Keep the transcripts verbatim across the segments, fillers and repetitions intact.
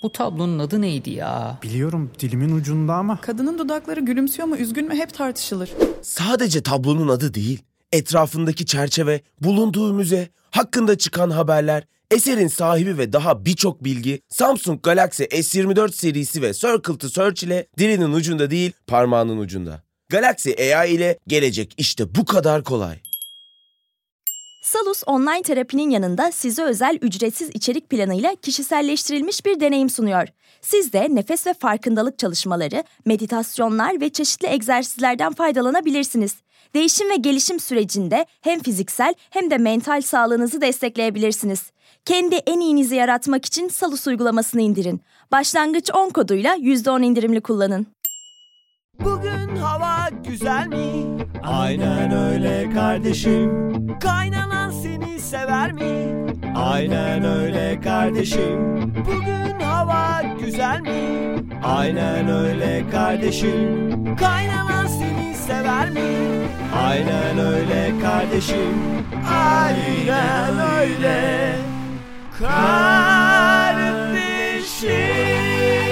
Bu tablonun adı neydi ya? Biliyorum, dilimin ucunda ama. Kadının dudakları gülümsüyor mu, üzgün mü hep tartışılır. Sadece tablonun adı değil, etrafındaki çerçeve, bulunduğu müze, hakkında çıkan haberler, eserin sahibi ve daha birçok bilgi Samsung Galaxy S yirmi dört serisi ve Circle to Search ile dilinin ucunda değil, parmağının ucunda. Galaxy A I ile gelecek işte bu kadar kolay. Salus online terapinin yanında size özel ücretsiz içerik planıyla kişiselleştirilmiş bir deneyim sunuyor. Siz de nefes ve farkındalık çalışmaları, meditasyonlar ve çeşitli egzersizlerden faydalanabilirsiniz. Değişim ve gelişim sürecinde hem fiziksel hem de mental sağlığınızı destekleyebilirsiniz. Kendi en iyinizi yaratmak için Salus uygulamasını indirin. Başlangıç on koduyla yüzde on indirimli kullanın. Bugün hava güzel mi? Aynen öyle kardeşim. Kaynanan seni sever mi? Aynen öyle kardeşim. Bugün hava güzel mi? Aynen öyle kardeşim. Kaynanan seni sever mi? Aynen öyle kardeşim. Aynen öyle kardeşim.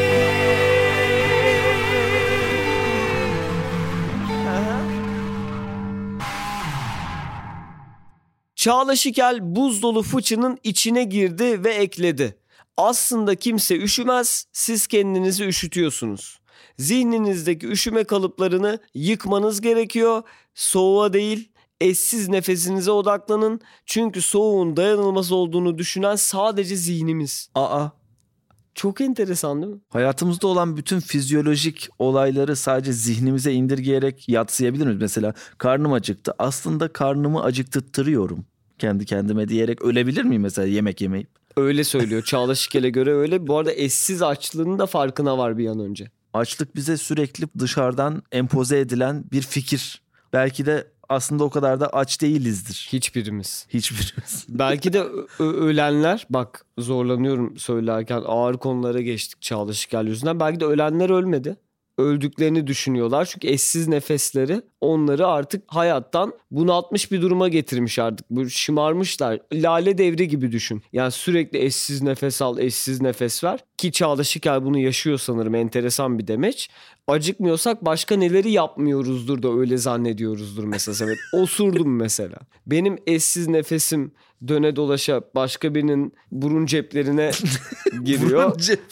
Çağla Şikel buz dolu fıçının içine girdi ve ekledi. Aslında kimse üşümez, siz kendinizi üşütüyorsunuz. Zihninizdeki üşüme kalıplarını yıkmanız gerekiyor. Soğuğa değil, eşsiz nefesinize odaklanın. Çünkü soğuğun dayanılmaz olduğunu düşünen sadece zihnimiz. Aa, çok enteresan değil mi? hayatımızda olan bütün fizyolojik olayları sadece zihnimize indirgeyerek yadsıyabilir miyiz? Mesela karnım acıktı. Aslında karnımı acıktırıyorum kendi kendime diyerek ölebilir miyim mesela yemek yemeyip? Öyle söylüyor. Çağla Şikel'e göre öyle. Bu arada eşsiz açlığının da farkına var bir an önce. Açlık bize sürekli dışarıdan empoze edilen bir fikir. Belki de aslında o kadar da aç değilizdir. Hiçbirimiz. Hiçbirimiz. Belki de ö- ölenler, bak zorlanıyorum söylerken, ağır konulara geçtik Çağla Şikel yüzünden. Belki de ölenler ölmedi. Öldüklerini düşünüyorlar. Çünkü eşsiz nefesleri onları artık hayattan bunaltmış bir duruma getirmiş artık. Böyle şımarmışlar. Lale devri gibi düşün. Yani sürekli eşsiz nefes al, eşsiz nefes ver. Ki Çağla Şikel bunu yaşıyor sanırım. Enteresan bir demeç. Acıkmıyorsak başka neleri yapmıyoruzdur da öyle zannediyoruzdur mesela. Evet, osurdum mesela. Benim eşsiz nefesim döne dolaşa başka birinin burun ceplerine giriyor. Burun cep.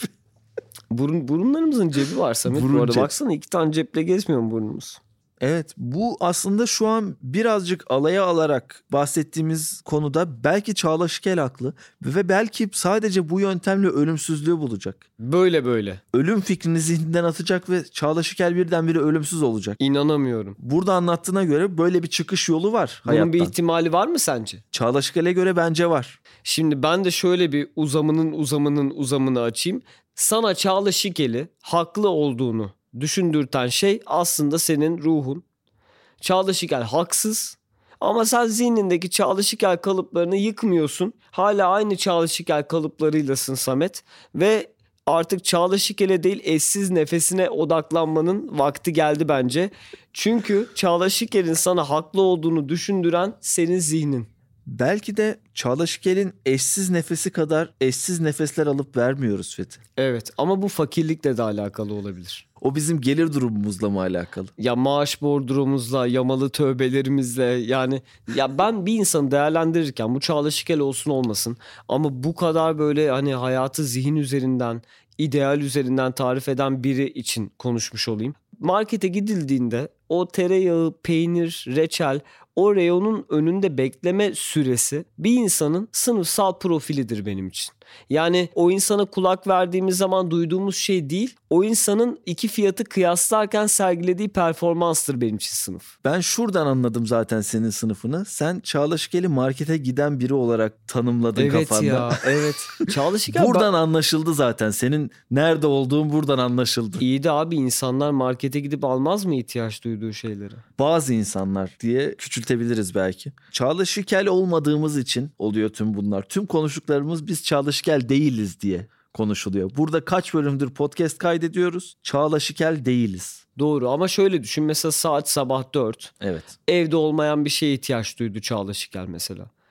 Burun, burunlarımızın cebi var Samet. Burun Bu arada cep. baksana, iki tane ceple gezmiyor mu burnumuz? Evet, bu aslında şu an birazcık alaya alarak bahsettiğimiz konuda belki Çağla Şikel haklı ve belki sadece bu yöntemle ölümsüzlüğü bulacak. Böyle böyle. Ölüm fikrini zihninden atacak ve Çağla Şikel birdenbire ölümsüz olacak. İnanamıyorum. Burada anlattığına göre böyle bir çıkış yolu var Bunun hayattan. bir ihtimali var mı sence? Çağla Şikel'e göre bence var. Şimdi ben de şöyle bir uzamının uzamının uzamını açayım. Sana Çağla Şikel'i haklı olduğunu düşündürten şey aslında senin ruhun. Çağla Şikel haksız ama sen zihnindeki Çağla Şikel kalıplarını yıkmıyorsun. Hala aynı Çağla Şikel kalıplarıylasın Samet ve artık Çağla Şikel'e değil eşsiz nefesine odaklanmanın vakti geldi bence. Çünkü Çağla Şikel'in sana haklı olduğunu düşündüren senin zihnin. Belki de Çağla Şikel'in eşsiz nefesi kadar eşsiz nefesler alıp vermiyoruz Fethi. Evet, ama bu fakirlikle de alakalı olabilir. O bizim gelir durumumuzla mı alakalı? Ya maaş bordromuzla, yamalı tövbelerimizle, yani ya ben bir insanı değerlendirirken bu Çağla Şikel olsun olmasın ama bu kadar böyle hani hayatı zihin üzerinden, ideal üzerinden tarif eden biri için konuşmuş olayım. Markete gidildiğinde o tereyağı, peynir, reçel, o reyonun önünde bekleme süresi bir insanın sınıfsal profilidir benim için. Yani o insana kulak verdiğimiz zaman duyduğumuz şey değil, o insanın iki fiyatı kıyaslarken sergilediği performanstır benim için sınıf. Ben şuradan anladım zaten senin sınıfını. Sen Çağla Şikel'i markete giden biri olarak tanımladın evet kafanda. Ya, evet. Çağla Şikel buradan ben... anlaşıldı zaten. Senin nerede olduğun buradan anlaşıldı. İyi de abi, insanlar markete gidip almaz mı ihtiyaç duyduğu şeyleri? Bazı insanlar diye küçültebiliriz belki. Çağla Şikel olmadığımız için oluyor tüm bunlar. Tüm konuştuklarımız biz Çağla Şikel değiliz diye konuşuluyor. Burada kaç bölümdür podcast kaydediyoruz. Çağla Şikel değiliz. Doğru, ama şöyle düşün, mesela saat sabah dört. Evet. Evde olmayan bir şeye ihtiyaç duydu Çağla Şikel mesela.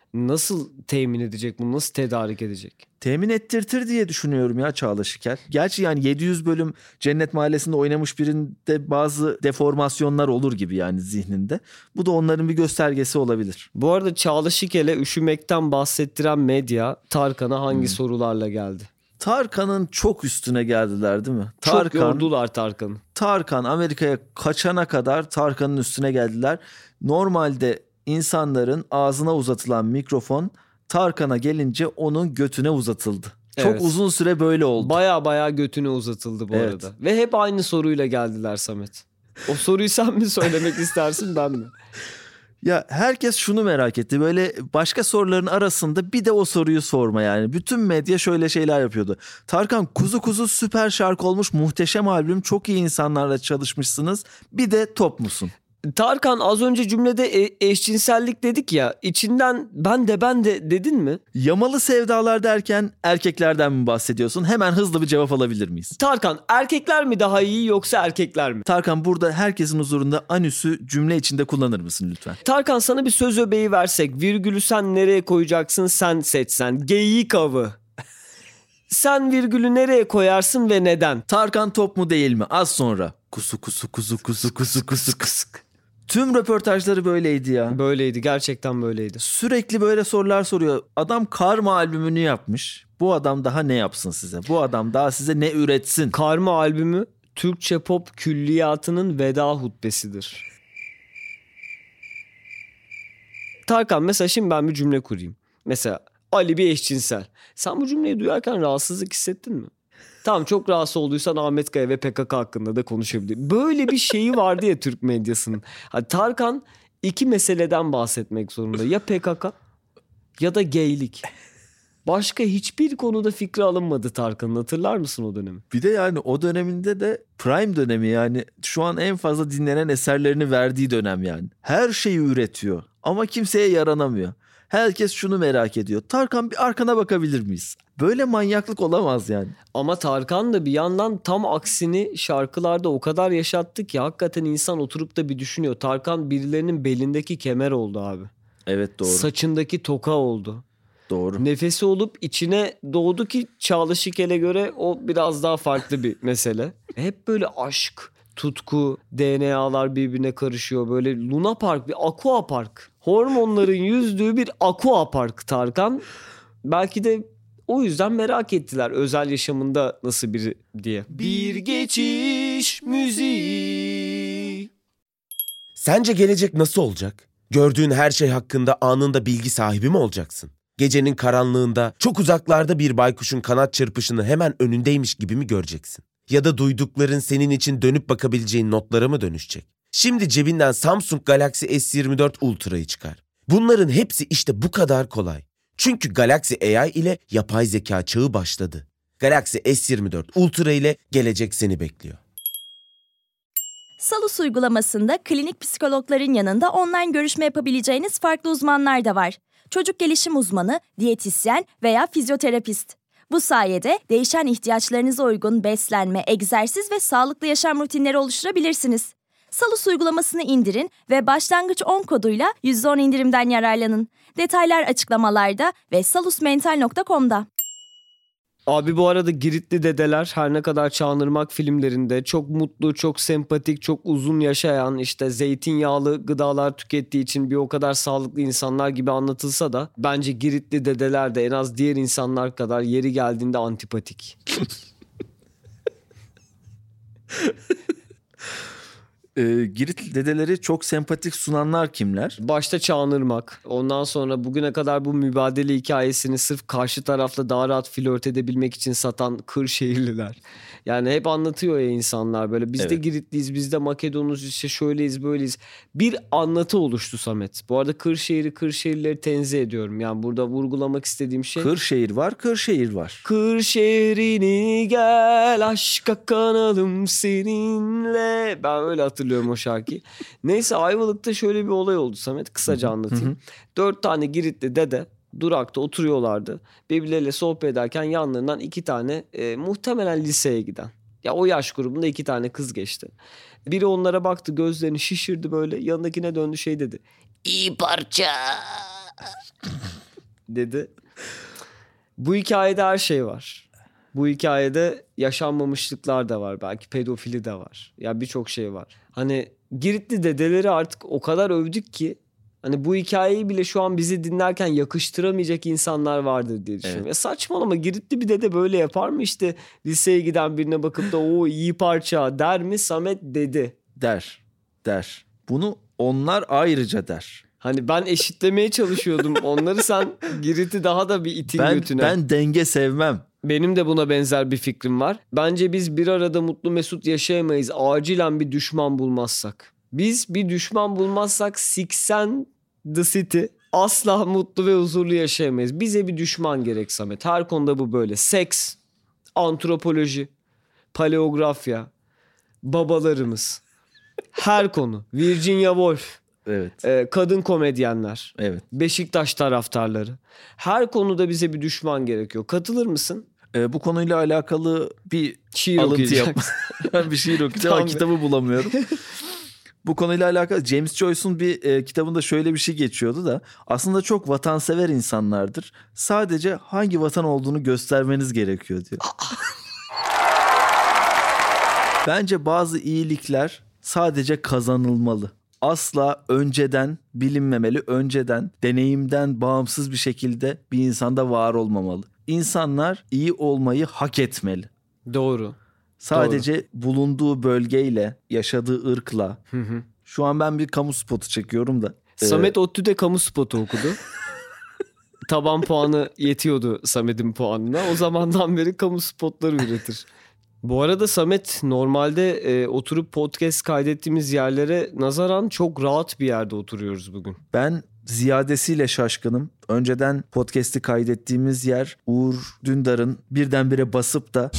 Nasıl temin edecek bunu? Nasıl tedarik edecek? Temin ettirtir diye düşünüyorum ya Çağla Şikel. Gerçi yani yedi yüz bölüm Cennet Mahallesi'nde oynamış birinde bazı deformasyonlar olur gibi yani zihninde. Bu da onların bir göstergesi olabilir. Bu arada Çağla Şikel'e üşümekten bahsettiren medya Tarkan'a hangi hmm. sorularla geldi? Tarkan'ın çok üstüne geldiler değil mi? Çok Tarkan, yordular Tarkan'ı. Tarkan Amerika'ya kaçana kadar Tarkan'ın üstüne geldiler. Normalde insanların ağzına uzatılan mikrofon Tarkan'a gelince onun götüne uzatıldı. Evet. Çok uzun süre böyle oldu. Baya baya götüne uzatıldı bu evet. arada. Ve hep aynı soruyla geldiler Samet. O soruyu sen mi söylemek istersin ben mi? Ya herkes şunu merak etti. Böyle başka soruların arasında bir de o soruyu sorma yani. Bütün medya şöyle şeyler yapıyordu. Tarkan kuzu kuzu süper şarkı olmuş, muhteşem albüm, çok iyi insanlarla çalışmışsınız. Bir de top musun? Tarkan az önce cümlede e- eşcinsellik dedik ya, içinden ben de ben de dedin mi? Yamalı sevdalar derken erkeklerden mi bahsediyorsun? Hemen hızlı bir cevap alabilir miyiz? Tarkan, erkekler mi daha iyi yoksa erkekler mi? Tarkan, burada herkesin huzurunda anüsü cümle içinde kullanır mısın lütfen? Tarkan, sana bir söz öbeği versek, virgülü sen nereye koyacaksın sen seçsen. Geyik avı. Sen virgülü nereye koyarsın ve neden? Tarkan top mu değil mi? Az sonra. Kusu kusu kusu kusu kusu kusu kusu. Tüm röportajları böyleydi ya. Böyleydi, gerçekten böyleydi. Sürekli böyle sorular soruyor. Adam Karma albümünü yapmış. Bu adam daha ne yapsın size? Bu adam daha size ne üretsin? Karma albümü Türkçe pop külliyatının veda hutbesidir. Tarkan, mesela şimdi ben bir cümle kurayım. Mesela Ali bir eşcinsel. Sen bu cümleyi duyarken rahatsızlık hissettin mi? Tamam, çok rahatsız olduysan Ahmet Kaya ve P K K hakkında da konuşabilir. Böyle bir şeyi vardı ya Türk medyasının. Hani Tarkan iki meseleden bahsetmek zorunda. Ya P K K ya da geylik. Başka hiçbir konuda fikri alınmadı Tarkan'ın. Hatırlar mısın o dönemi? Bir de yani o döneminde de prime dönemi, yani şu an en fazla dinlenen eserlerini verdiği dönem yani. Her şeyi üretiyor ama kimseye yaranamıyor. Herkes şunu merak ediyor. Tarkan, bir arkana bakabilir miyiz? Böyle manyaklık olamaz yani. Ama Tarkan da bir yandan tam aksini şarkılarda o kadar yaşattı ki hakikaten insan oturup da bir düşünüyor. Tarkan birilerinin belindeki kemer oldu abi. Evet, doğru. Saçındaki toka oldu. Doğru. Nefesi olup içine doğdu ki Çağla Şikel'e göre o biraz daha farklı bir mesele. Hep böyle aşk, tutku, D N A'lar birbirine karışıyor. Böyle Luna Park, bir aqua park. Hormonların yüzdüğü bir aqua park Tarkan. Belki de o yüzden merak ettiler özel yaşamında nasıl biri diye. Bir geçiş müziği. Sence gelecek nasıl olacak? Gördüğün her şey hakkında anında bilgi sahibi mi olacaksın? Gecenin karanlığında çok uzaklarda bir baykuşun kanat çırpışını hemen önündeymiş gibi mi göreceksin? Ya da duydukların senin için dönüp bakabileceğin notlara mı dönüşecek? Şimdi cebinden Samsung Galaxy S yirmi dört Ultra'yı çıkar. Bunların hepsi işte bu kadar kolay. Çünkü Galaxy A I ile yapay zeka çağı başladı. Galaxy S yirmi dört Ultra ile gelecek seni bekliyor. Salus uygulamasında klinik psikologların yanında online görüşme yapabileceğiniz farklı uzmanlar da var. Çocuk gelişim uzmanı, diyetisyen veya fizyoterapist. Bu sayede değişen ihtiyaçlarınıza uygun beslenme, egzersiz ve sağlıklı yaşam rutinleri oluşturabilirsiniz. Salus uygulamasını indirin ve başlangıç on koduyla yüzde on indirimden yararlanın. Detaylar açıklamalarda ve salusmental nokta com'da. Abi bu arada Giritli dedeler her ne kadar Çağınırmak filmlerinde çok mutlu, çok sempatik, çok uzun yaşayan, işte zeytinyağlı gıdalar tükettiği için bir o kadar sağlıklı insanlar gibi anlatılsa da bence Giritli dedeler de en az diğer insanlar kadar yeri geldiğinde antipatik. e, Girit dedeleri çok sempatik sunanlar kimler? Başta Çağınırmak. Ondan sonra bugüne kadar bu mübadele hikayesini sırf karşı tarafla daha rahat flört edebilmek için satan Kırşehirliler. Yani hep anlatıyor ya insanlar böyle. Biz evet. de Giritliyiz, biz de Makedonuz, işte şöyleyiz, böyleyiz. Bir anlatı oluştu Samet. Bu arada Kırşehir'i, Kırşehirlileri tenzih ediyorum. Yani burada vurgulamak istediğim şey. Kırşehir var, Kırşehir var. Kırşehir'ini gel aşka kanalım seninle. Ben öyle hatırlıyorum o şarkıyı. Neyse, Ayvalık'ta şöyle bir olay oldu Samet. Kısaca anlatayım. Hı hı. Dört tane Giritli dede durakta oturuyorlardı. Birbirleriyle sohbet ederken yanlarından iki tane e, muhtemelen liseye giden. Ya o yaş grubunda iki tane kız geçti. Biri onlara baktı, gözlerini şişirdi böyle. Yanındakine döndü, şey dedi. İyi parça. dedi. Bu hikayede her şey var. Bu hikayede yaşanmamışlıklar da var. Belki pedofili de var. Ya birçok şey var. Hani Giritli dedeleri artık o kadar övdük ki hani bu hikayeyi bile şu an bizi dinlerken yakıştıramayacak insanlar vardır diye düşünüyorum. Evet. Ya saçmalama, Giritli bir dede böyle yapar mı işte, liseye giden birine bakıp da o iyi parça der mi? Samet dedi. Der. Der. Bunu onlar ayrıca der. Hani ben eşitlemeye çalışıyordum onları, sen Girit'i daha da bir itin ben, götüne. Ben denge sevmem. Benim de buna benzer bir fikrim var. Bence biz bir arada mutlu mesut yaşayamayız acilen bir düşman bulmazsak. Biz bir düşman bulmazsak Six and the City asla mutlu ve huzurlu yaşayamayız. Bize bir düşman gerek Samet. Her konuda bu böyle. Seks, antropoloji, paleografya, babalarımız. Her konu. Virginia Woolf. Evet. E, kadın komedyenler. Evet. Beşiktaş taraftarları. Her konuda bize bir düşman gerekiyor. Katılır mısın? E, bu konuyla alakalı bir şiir alıntı yapma. bir şiir okuyacağım ama kitabı bulamıyorum. Bu konuyla alakalı James Joyce'un bir e, kitabında şöyle bir şey geçiyordu da aslında çok vatansever insanlardır. Sadece hangi vatan olduğunu göstermeniz gerekiyor diyor. Bence bazı iyilikler sadece kazanılmalı. Asla önceden bilinmemeli, önceden deneyimden bağımsız bir şekilde bir insanda var olmamalı. İnsanlar iyi olmayı hak etmeli. Doğru. Sadece Doğru. bulunduğu bölgeyle, yaşadığı ırkla. Hı hı. Şu an ben bir kamu spotu çekiyorum da. Samet ee... ODTÜ'de kamu spotu okudu. Taban puanı yetiyordu Samet'in puanına. O zamandan beri kamu spotları üretir. Bu arada Samet normalde e, oturup podcast kaydettiğimiz yerlere nazaran çok rahat bir yerde oturuyoruz bugün. Ben ziyadesiyle şaşkınım. Önceden podcast'i kaydettiğimiz yer Uğur Dündar'ın birdenbire basıp da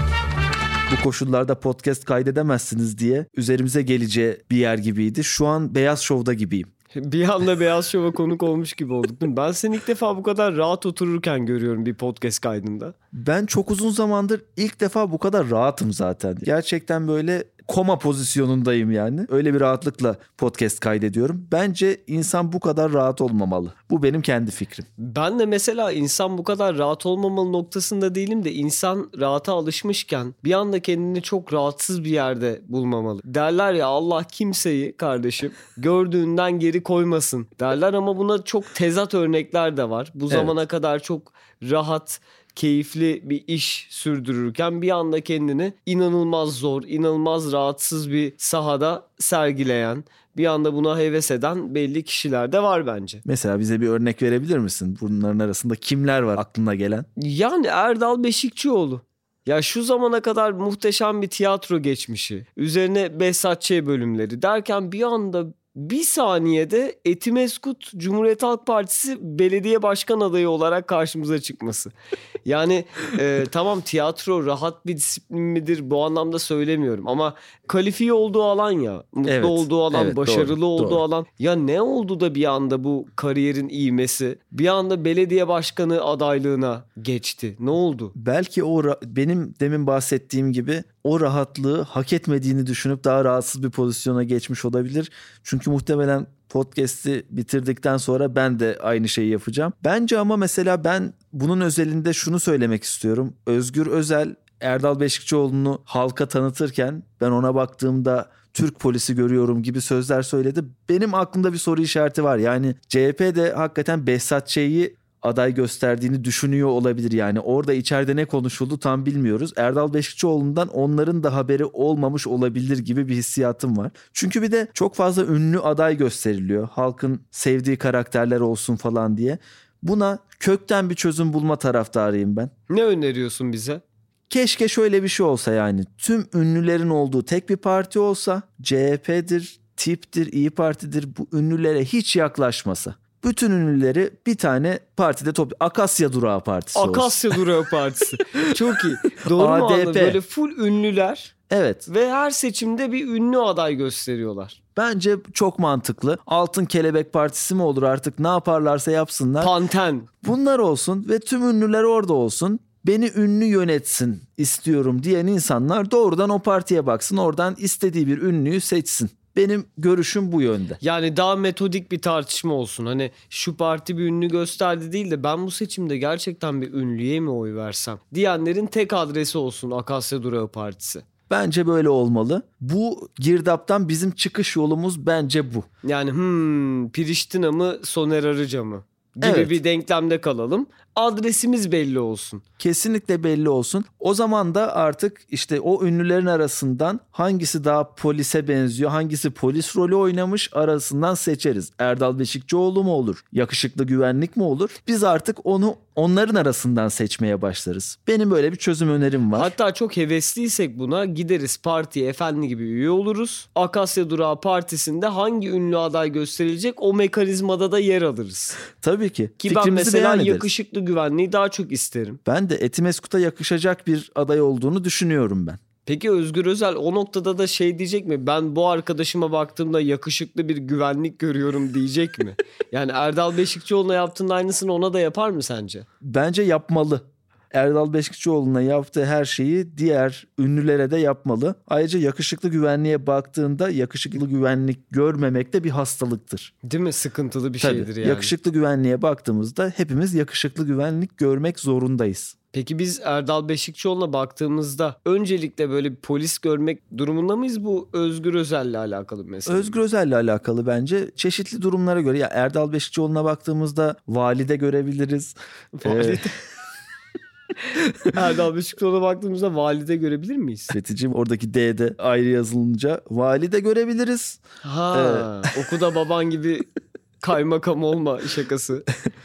bu koşullarda podcast kaydedemezsiniz diye üzerimize geleceği bir yer gibiydi. Şu an Beyaz Show'da gibiyim. Bir anda Beyaz Show'a konuk olmuş gibi olduk değil mi? Ben seni ilk defa bu kadar rahat otururken görüyorum bir podcast kaydında. Ben çok uzun zamandır ilk defa bu kadar rahatım zaten. Gerçekten böyle koma pozisyonundayım yani. Öyle bir rahatlıkla podcast kaydediyorum. Bence insan bu kadar rahat olmamalı. Bu benim kendi fikrim. Ben de mesela insan bu kadar rahat olmamalı noktasında değilim de insan rahata alışmışken bir anda kendini çok rahatsız bir yerde bulmamalı. Derler ya, Allah kimseyi kardeşim gördüğünden geri koymasın derler ama buna çok tezat örnekler de var. Bu evet. zamana kadar çok rahat, keyifli bir iş sürdürürken bir anda kendini inanılmaz zor, inanılmaz rahatsız bir sahada sergileyen, bir anda buna heves eden belli kişiler de var bence. Mesela bize bir örnek verebilir misin? Bunların arasında kimler var aklına gelen? Yani Erdal Beşikçioğlu. Ya şu zamana kadar muhteşem bir tiyatro geçmişi, üzerine Behzat Ç. bölümleri derken bir anda bir saniyede Etimeskut Cumhuriyet Halk Partisi belediye başkan adayı olarak karşımıza çıkması. Yani e, tamam tiyatro rahat bir disiplin midir bu anlamda söylemiyorum ama kalifiye olduğu alan ya, mutlu evet, olduğu alan, evet, başarılı doğru, olduğu doğru. alan. Ya ne oldu da bir anda bu kariyerin ivmesi bir anda belediye başkanı adaylığına geçti? Ne oldu? Belki o ra- benim demin bahsettiğim gibi o rahatlığı hak etmediğini düşünüp daha rahatsız bir pozisyona geçmiş olabilir. Çünkü muhtemelen podcast'i bitirdikten sonra ben de aynı şeyi yapacağım. Bence ama mesela ben bunun özelinde şunu söylemek istiyorum. Özgür Özel Erdal Beşikçioğlu'nu halka tanıtırken ben ona baktığımda Türk polisi görüyorum gibi sözler söyledi. Benim aklımda bir soru işareti var. Yani C H P de hakikaten Behzat Ç'yi aday gösterdiğini düşünüyor olabilir. Yani orada içeride ne konuşuldu tam bilmiyoruz. Erdal Beşikçioğlu'ndan onların da haberi olmamış olabilir gibi bir hissiyatım var. Çünkü bir de çok fazla ünlü aday gösteriliyor. Halkın sevdiği karakterler olsun falan diye. Buna kökten bir çözüm bulma taraftarıyım ben. Ne öneriyorsun bize? Keşke şöyle bir şey olsa yani. Tüm ünlülerin olduğu tek bir parti olsa, C H P'dir, TİP'tir, İYİ Parti'dir, bu ünlülere hiç yaklaşmasa. Bütün ünlüleri bir tane partide toplu. Akasya Durağı Partisi olsun. Akasya Durağı Partisi. Çok iyi. Doğru mu anladın? Böyle full ünlüler. Evet. Ve her seçimde bir ünlü aday gösteriyorlar. Bence çok mantıklı. Altın Kelebek Partisi mi olur artık, ne yaparlarsa yapsınlar. Panten. Bunlar olsun ve tüm ünlüler orada olsun. Beni ünlü yönetsin istiyorum diyen insanlar doğrudan o partiye baksın. Oradan istediği bir ünlüyü seçsin. Benim görüşüm bu yönde. Yani daha metodik bir tartışma olsun. Hani şu parti bir ünlü gösterdi değil de ben bu seçimde gerçekten bir ünlüye mi oy versem diyenlerin tek adresi olsun Akasya Durağı Partisi. Bence böyle olmalı. Bu girdaptan bizim çıkış yolumuz bence bu. Yani hmm, Priştina mı Soner Arıca mı gibi Evet. bir denklemde kalalım. Adresimiz belli olsun. Kesinlikle belli olsun. O zaman da artık işte o ünlülerin arasından hangisi daha polise benziyor, hangisi polis rolü oynamış arasından seçeriz. Erdal Beşikçioğlu mu olur? Yakışıklı güvenlik mi olur? Biz artık onu onların arasından seçmeye başlarız. Benim böyle bir çözüm önerim var. Hatta çok hevesliysek buna gideriz partiye efendi gibi üye oluruz. Akasya Durağı Partisi'nde hangi ünlü aday gösterilecek o mekanizmada da yer alırız. Tabii ki. Ki ben Fikrimizi mesela beyan ederiz. yakışıklı güvenliği daha çok isterim. Ben de Etimeskut'a yakışacak bir aday olduğunu düşünüyorum ben. Peki Özgür Özel o noktada da şey diyecek mi? Ben bu arkadaşıma baktığımda yakışıklı bir güvenlik görüyorum diyecek mi? Yani Erdal Beşikçioğlu'na yaptığının aynısını ona da yapar mı sence? Bence yapmalı. Erdal Beşikçioğlu'na yaptığı her şeyi diğer ünlülere de yapmalı. Ayrıca yakışıklı güvenliğe baktığında yakışıklı güvenlik görmemek de bir hastalıktır. Değil mi? Sıkıntılı bir Tabii, şeydir yani. yakışıklı güvenliğe baktığımızda hepimiz yakışıklı güvenlik görmek zorundayız. Peki biz Erdal Beşikçioğlu'na baktığımızda öncelikle böyle bir polis görmek durumunda mıyız bu Özgür Özel'le alakalı bir mesele? Özgür Özel'le alakalı bence çeşitli durumlara göre. Ya Erdal Beşikçioğlu'na baktığımızda valide görebiliriz. Valide. Ee, Erdal Beşikçioğlu'na baktığımızda valide görebilir miyiz? Feticim oradaki D'de ayrı yazılınca valide görebiliriz. Ha, okuda baban gibi kaymakam olma şakası.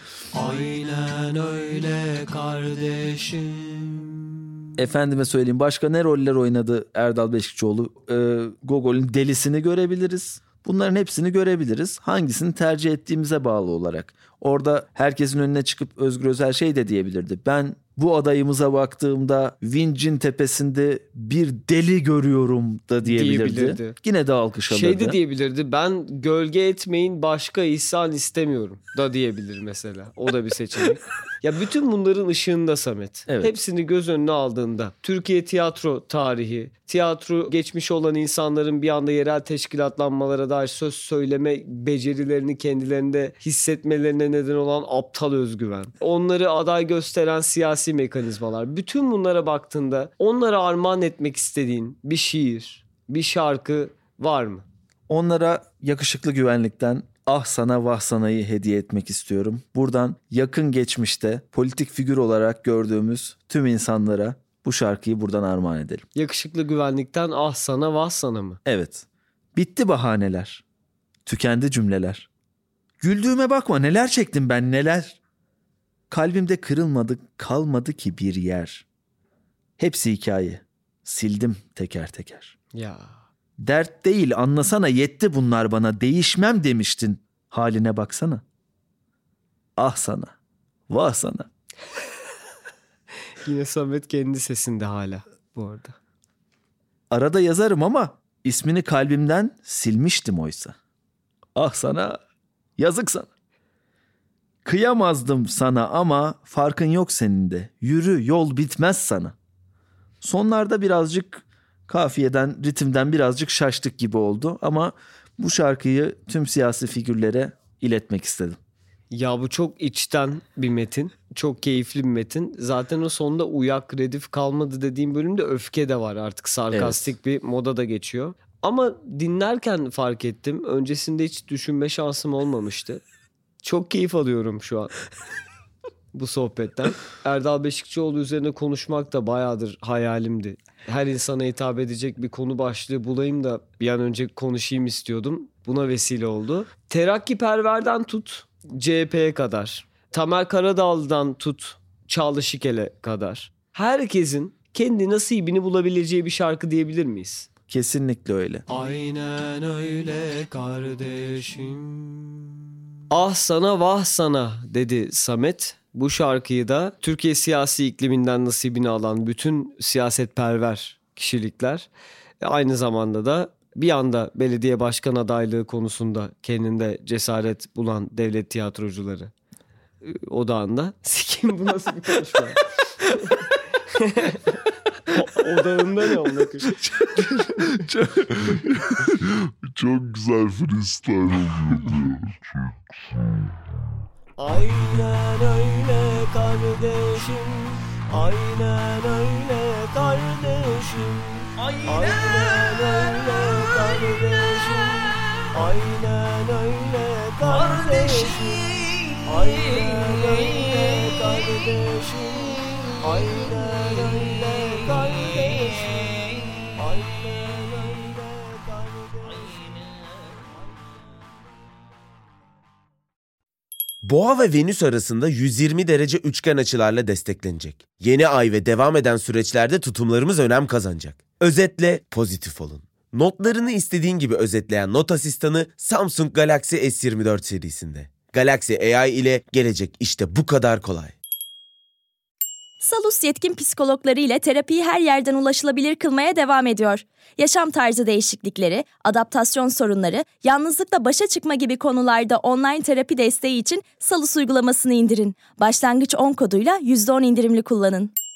Aynen öyle kardeşim. Efendime söyleyeyim başka ne roller oynadı Erdal Beşikçioğlu? Ee, Gogol'ün delisini görebiliriz. Bunların hepsini görebiliriz. Hangisini tercih ettiğimize bağlı olarak. Orada herkesin önüne çıkıp Özgür Özel şey de diyebilirdi. Ben bu adayımıza baktığımda Vincin tepesinde bir deli görüyorum da diyebilirdi. Diyebilirdi. Yine de alkış alırdı. Şey de diyebilirdi, ben gölge etmeyin başka ihsan istemiyorum da diyebilir mesela. O da bir seçenek. Ya bütün bunların ışığında Samet. Evet. Hepsini göz önüne aldığında Türkiye tiyatro tarihi, tiyatro geçmiş olan insanların bir anda yerel teşkilatlanmalara dair söz söyleme becerilerini kendilerinde hissetmelerine neden olan aptal özgüven. Onları aday gösteren siyasi mekanizmalar. Bütün bunlara baktığında onlara armağan etmek istediğin bir şiir, bir şarkı var mı? Onlara yakışıklı güvenlikten Ah Sana Vah Sana'yı hediye etmek istiyorum. Buradan yakın geçmişte politik figür olarak gördüğümüz tüm insanlara bu şarkıyı buradan armağan edelim. Yakışıklı güvenlikten ah sana vah sana mı? Evet. Bitti bahaneler. Tükendi cümleler. Güldüğüme bakma neler çektim ben neler. Kalbimde kırılmadı kalmadı ki bir yer. Hepsi hikaye. Sildim teker teker. Ya... Dert değil anlasana yetti bunlar bana değişmem demiştin haline baksana. Ah sana vah sana. Yine Samet kendi sesinde hala bu arada. Arada yazarım ama ismini kalbimden silmiştim oysa. Ah sana yazık sana. Kıyamazdım sana ama farkın yok senin de. Yürü yol bitmez sana. Sonlarda birazcık kafiyeden, ritimden birazcık şaştık gibi oldu ama bu şarkıyı tüm siyasi figürlere iletmek istedim. Ya bu çok içten bir metin. Çok keyifli bir metin. Zaten o sonunda uyak, redif kalmadı dediğim bölümde öfke de var artık. Sarkastik evet. Bir moda da geçiyor. Ama dinlerken fark ettim. Öncesinde hiç düşünme şansım olmamıştı. Çok keyif alıyorum şu an. Bu sohbetten. Erdal Beşikçioğlu üzerine konuşmak da bayağıdır hayalimdi. Her insana hitap edecek bir konu başlığı bulayım da bir an önce konuşayım istiyordum. Buna vesile oldu. Terakkiperver'den tut C H P'ye kadar. Tamer Karadağlı'dan tut Çağla Şikel'e kadar. Herkesin kendi nasibini bulabileceği bir şarkı diyebilir miyiz? Kesinlikle öyle. Aynen öyle kardeşim. Ah sana vah sana dedi Samet. Bu şarkıyı da Türkiye siyasi ikliminden nasibini alan bütün siyasetperver kişilikler aynı zamanda da bir anda belediye başkan adaylığı konusunda kendinde cesaret bulan devlet tiyatrocuları odağında. Sikeyim bu nasıl bir konuşma? Odağında ne olmak? Çok güzel freestyle oluyor diyor. Aynen öyle kardeşim. Aynen öyle kardeşim. Aynen öyle kardeşim. Aynen öyle kardeşim. Aynen öyle kardeşim. Aynen öyle kardeşim. Aynen öyle kardeşim. Boğa ve Venüs arasında yüz yirmi derece üçgen açılarla desteklenecek. Yeni ay ve devam eden süreçlerde tutumlarımız önem kazanacak. Özetle pozitif olun. Notlarını istediğin gibi özetleyen not asistanı Samsung Galaxy S yirmi dört serisinde. Galaxy A I ile gelecek işte bu kadar kolay. Salus yetkin psikologları ile terapiyi her yerden ulaşılabilir kılmaya devam ediyor. Yaşam tarzı değişiklikleri, adaptasyon sorunları, yalnızlıkla başa çıkma gibi konularda online terapi desteği için Salus uygulamasını indirin. Başlangıç on koduyla yüzde on indirimli kullanın.